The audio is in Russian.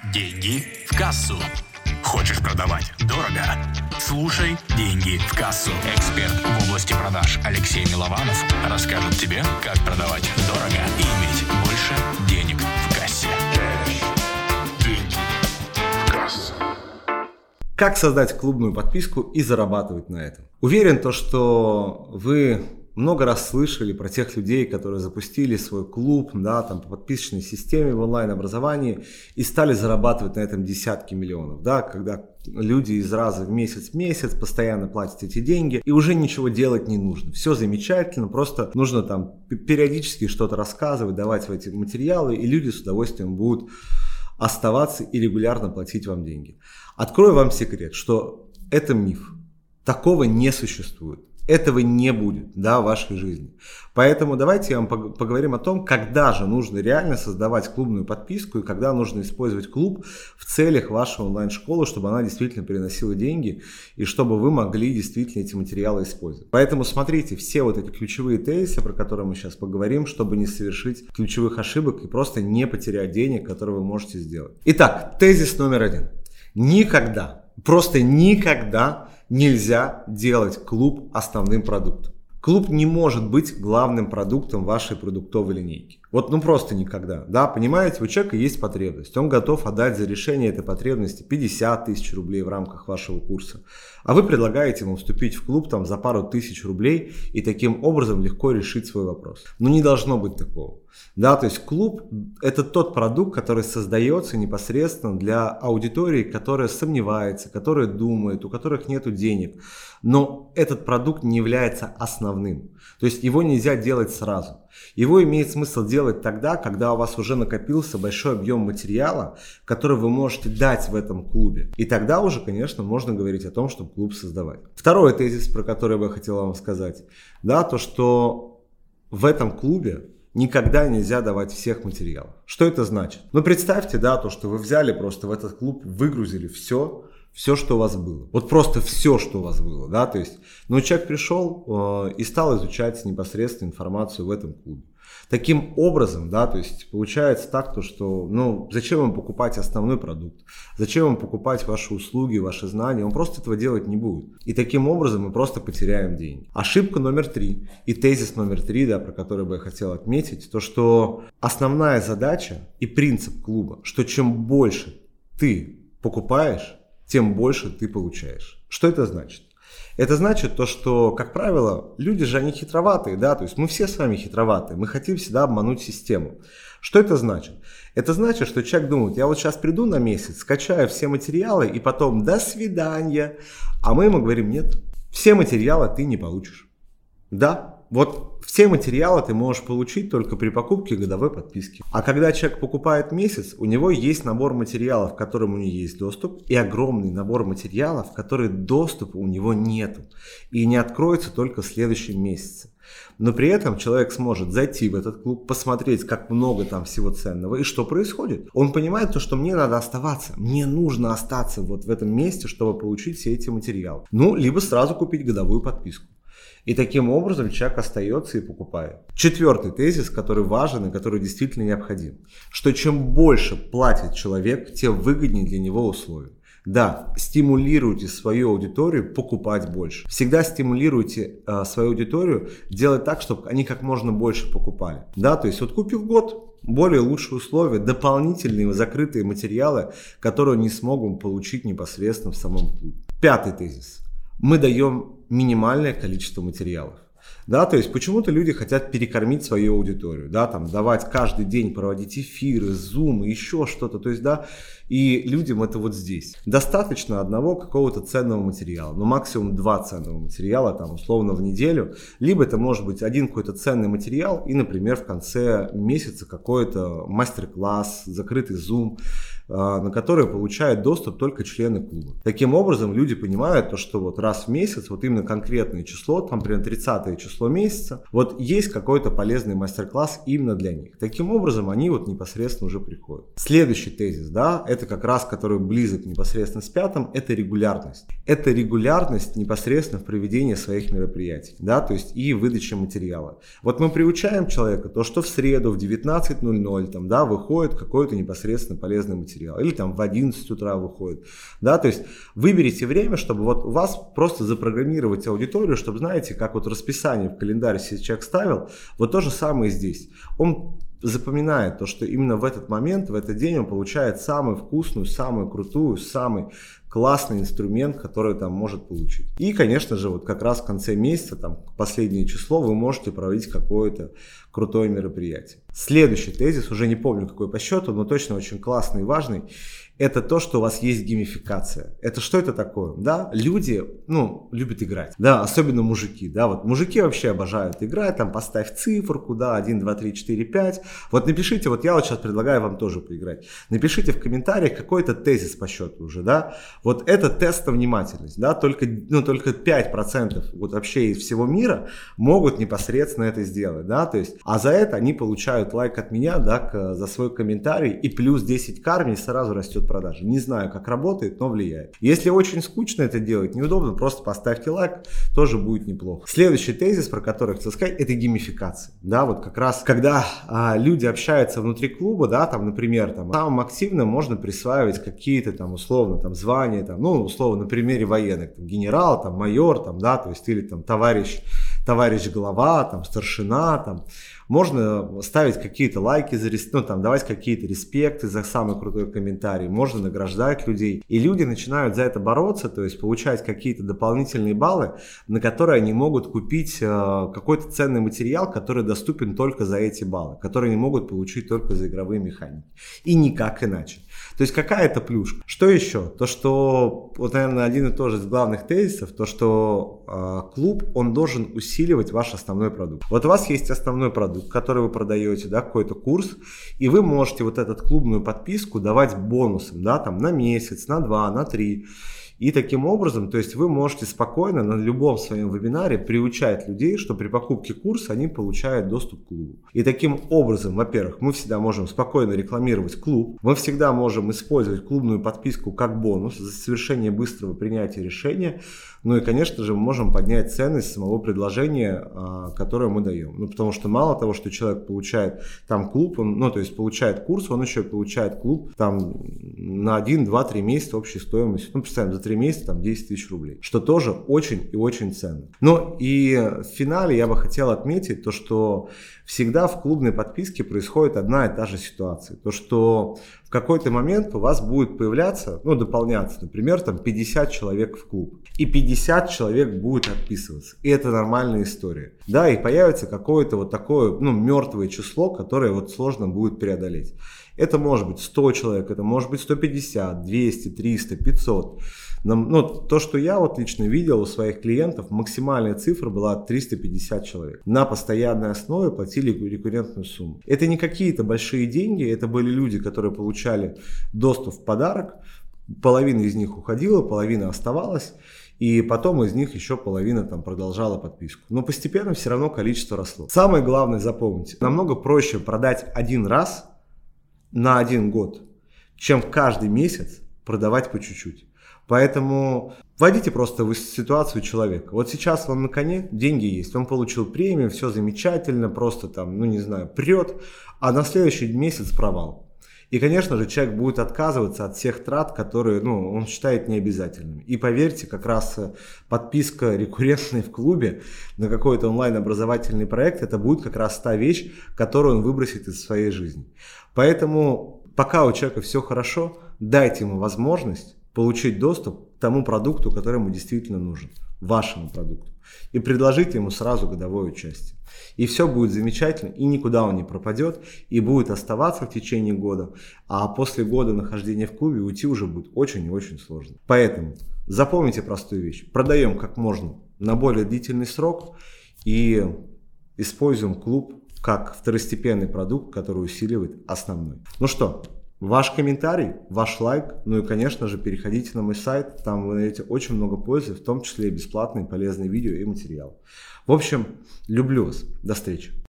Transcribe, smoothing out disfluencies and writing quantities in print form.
Деньги в кассу. Хочешь продавать дорого? Слушай «Деньги в кассу». Эксперт в области продаж Алексей Милованов расскажет тебе, как продавать дорого и иметь больше денег в кассе. Деньги в кассу. Как создать клубную подписку и зарабатывать на этом? Уверен, что вы много раз слышали про тех людей, которые запустили свой клуб, по подписочной системе в онлайн-образовании и стали зарабатывать на этом десятки миллионов. Когда люди из раза в месяц постоянно платят эти деньги и уже ничего делать не нужно. Все замечательно, просто нужно периодически что-то рассказывать, давать в эти материалы, и люди с удовольствием будут оставаться и регулярно платить вам деньги. Открою вам секрет, что это миф. Такого не существует. Этого не будет в вашей жизни. Поэтому давайте я вам поговорим о том, когда же нужно реально создавать клубную подписку и когда нужно использовать клуб в целях вашей онлайн-школы, чтобы она действительно приносила деньги и чтобы вы могли действительно эти материалы использовать. Поэтому смотрите все вот эти ключевые тезисы, про которые мы сейчас поговорим, чтобы не совершить ключевых ошибок и просто не потерять денег, которые вы можете сделать. Итак, тезис номер 1. Никогда, просто никогда нельзя делать клуб основным продуктом. Клуб не может быть главным продуктом вашей продуктовой линейки. Просто никогда. Понимаете, у человека есть потребность. Он готов отдать за решение этой потребности 50 тысяч рублей в рамках вашего курса. А вы предлагаете ему вступить в клуб за пару тысяч рублей и таким образом легко решить свой вопрос. Не должно быть такого. То есть клуб – это тот продукт, который создается непосредственно для аудитории, которая сомневается, которая думает, у которых нет денег. Но этот продукт не является основным. То есть его нельзя делать сразу. Его имеет смысл делать тогда, когда у вас уже накопился большой объем материала, который вы можете дать в этом клубе. И тогда уже, конечно, можно говорить о том, чтобы клуб создавать. Второй тезис, про который я хотел вам сказать, то что в этом клубе никогда нельзя давать всех материалов. Что это значит? Представьте, то, что вы взяли просто в этот клуб, выгрузили все, что у вас было. Просто все, что у вас было. То есть, человек пришел и стал изучать непосредственно информацию в этом клубе. Таким образом, то есть получается так, что зачем вам покупать основной продукт, зачем вам покупать ваши услуги, ваши знания, он просто этого делать не будет. И таким образом мы просто потеряем деньги. Ошибка номер 3 и тезис номер 3, про который бы я хотел отметить, то что основная задача и принцип клуба, что чем больше ты покупаешь, тем больше ты получаешь. Что это значит? Это значит то, что, как правило, люди же они хитроватые, то есть мы все с вами хитроватые, мы хотим всегда обмануть систему. Что это значит? Это значит, что человек думает, я сейчас приду на месяц, скачаю все материалы и потом до свидания, а мы ему говорим, нет, все материалы ты не получишь. Все материалы ты можешь получить только при покупке годовой подписки. А когда человек покупает месяц, у него есть набор материалов, к которым у него есть доступ, и огромный набор материалов, которые доступа у него нету. И не откроется только в следующем месяце. Но при этом человек сможет зайти в этот клуб, посмотреть, как много там всего ценного и что происходит. Он понимает то, что мне надо оставаться. Мне нужно остаться в этом месте, чтобы получить все эти материалы. Либо сразу купить годовую подписку. И таким образом человек остается и покупает. 4-й тезис, который важен и который действительно необходим. Что чем больше платит человек, тем выгоднее для него условия. Стимулируйте свою аудиторию покупать больше. Всегда стимулируйте свою аудиторию делать так, чтобы они как можно больше покупали. То есть купив год, более лучшие условия, дополнительные закрытые материалы, которые не смогут получить непосредственно в самом клубе. 5-й тезис. Мы даем минимальное количество материалов. То есть почему-то люди хотят перекормить свою аудиторию, давать каждый день, проводить эфиры, зумы, еще что-то, то есть, и людям это здесь. Достаточно одного какого-то ценного материала, максимум 2 ценного материала, условно в неделю, либо это может быть один какой-то ценный материал и, например, в конце месяца какой-то мастер-класс, закрытый зум, на которые получают доступ только члены клуба. Таким образом, люди понимают, то, что раз в месяц, именно конкретное число, например, 30 число месяца, есть какой-то полезный мастер-класс именно для них. Таким образом, они непосредственно уже приходят. Следующий тезис, это как раз, который близок непосредственно с 5-м, это регулярность. Это регулярность непосредственно в проведении своих мероприятий, то есть и выдаче материала. Мы приучаем человека, то, что в среду в 19:00, выходит какой-то непосредственно полезный материал. материал, или там в 11 утра выходит, да, то есть выберите время, чтобы вот у вас просто запрограммировать аудиторию, чтобы, знаете, как вот расписание в календарь себе человек ставил, вот то же самое здесь. Он запоминает то, что именно в этот момент, в этот день он получает самую вкусную, самую крутую, самый классный инструмент, который там может получить. И, конечно же, вот как раз в конце месяца, там, последнее число, вы можете проводить какое-то крутое мероприятие. Следующий тезис, уже не помню какой по счету, но точно очень классный и важный, это то, что у вас есть геймификация. Это что это такое? Да, люди, любят играть. Да, особенно мужики. Да, вот мужики вообще обожают играть. Там поставь циферку, да, 1, 2, 3, 4, 5. Вот напишите, вот я вот сейчас предлагаю вам тоже поиграть. Напишите в комментариях какой-то тезис по счету уже, да. Вот это тест на внимательность, да, только 5% вот вообще из всего мира могут непосредственно это сделать, да, то есть, а за это они получают лайк от меня, да, за свой комментарий, и плюс 10 к армии сразу растет продажи. Не знаю, как работает, но влияет. Если очень скучно это делать, неудобно, просто поставьте лайк, тоже будет неплохо. Следующий тезис, про который я хотел сказать, это геймификация. Да, вот как раз, когда люди общаются внутри клуба, да, там, например, там, самым активным можно присваивать какие-то там, условно, там, звания, там, условно, на примере военных, там, генерал, там, майор, там, да, то есть, или там, товарищ глава, там, старшина, там. Можно ставить какие-то лайки, давать какие-то респекты за самый крутой комментарий, можно награждать людей. И люди начинают за это бороться, то есть получать какие-то дополнительные баллы, на которые они могут купить какой-то ценный материал, который доступен только за эти баллы, которые они могут получить только за игровые механики. И никак иначе. То есть какая-то плюшка. Что еще? То, что, вот, наверное, один и тот же из главных тезисов, то, что клуб, он должен усиливать ваш основной продукт. Вот у вас есть основной продукт, который вы продаете, да, какой-то курс, и вы можете вот эту клубную подписку давать бонусом, да, там, на месяц, на 2, на 3. И таким образом, то есть вы можете спокойно на любом своем вебинаре приучать людей, что при покупке курса они получают доступ к клубу. И таким образом, во-первых, мы всегда можем спокойно рекламировать клуб, мы всегда можем использовать клубную подписку как бонус за совершение быстрого принятия решения, ну и, конечно же, мы можем поднять ценность самого предложения, которое мы даем. Потому что мало того, что человек получает там клуб, то есть получает курс, он еще получает клуб там на 1, 2, 3 месяца общей стоимостью. Представим, за 3 месяца там 10 тысяч рублей, что тоже очень и очень ценно. Ну и в финале я бы хотел отметить то, что всегда в клубной подписке происходит одна и та же ситуация. То, что в какой-то момент у вас будет появляться, дополняться, например, там 50 человек в клуб. И 50 человек будет отписываться. И это нормальная история. Да, и появится какое-то вот такое, мертвое число, которое вот сложно будет преодолеть. Это может быть 100 человек, это может быть 150, 200, 300, 500. То, что я вот лично видел у своих клиентов, максимальная цифра была 350 человек. На постоянной основе платили рекуррентную сумму. Это не какие-то большие деньги, это были люди, которые получали доступ в подарок. Половина из них уходила, половина оставалась. И потом из них еще половина там продолжала подписку. Но постепенно все равно количество росло. Самое главное запомните, намного проще продать один раз на 1 год, чем каждый месяц продавать по чуть-чуть. Поэтому вводите просто в ситуацию человека. Вот сейчас он на коне, деньги есть, он получил премию, все замечательно, просто там, прет, а на следующий месяц провал. И, конечно же, человек будет отказываться от всех трат, которые, он считает необязательными. И поверьте, как раз подписка рекуррентная в клубе на какой-то онлайн-образовательный проект, это будет как раз та вещь, которую он выбросит из своей жизни. Поэтому, пока у человека все хорошо, дайте ему возможность получить доступ к тому продукту, который ему действительно нужен, вашему продукту. И предложите ему сразу годовое участие. И все будет замечательно, и никуда он не пропадет, и будет оставаться в течение года. А после года нахождения в клубе уйти уже будет очень и очень сложно. Поэтому запомните простую вещь. Продаем как можно на более длительный срок и используем клуб как второстепенный продукт, который усиливает основной. Ну что, ваш комментарий, ваш лайк, и, конечно же, переходите на мой сайт, там вы найдете очень много пользы, в том числе и бесплатные полезные видео и материалы. В общем, люблю вас, до встречи.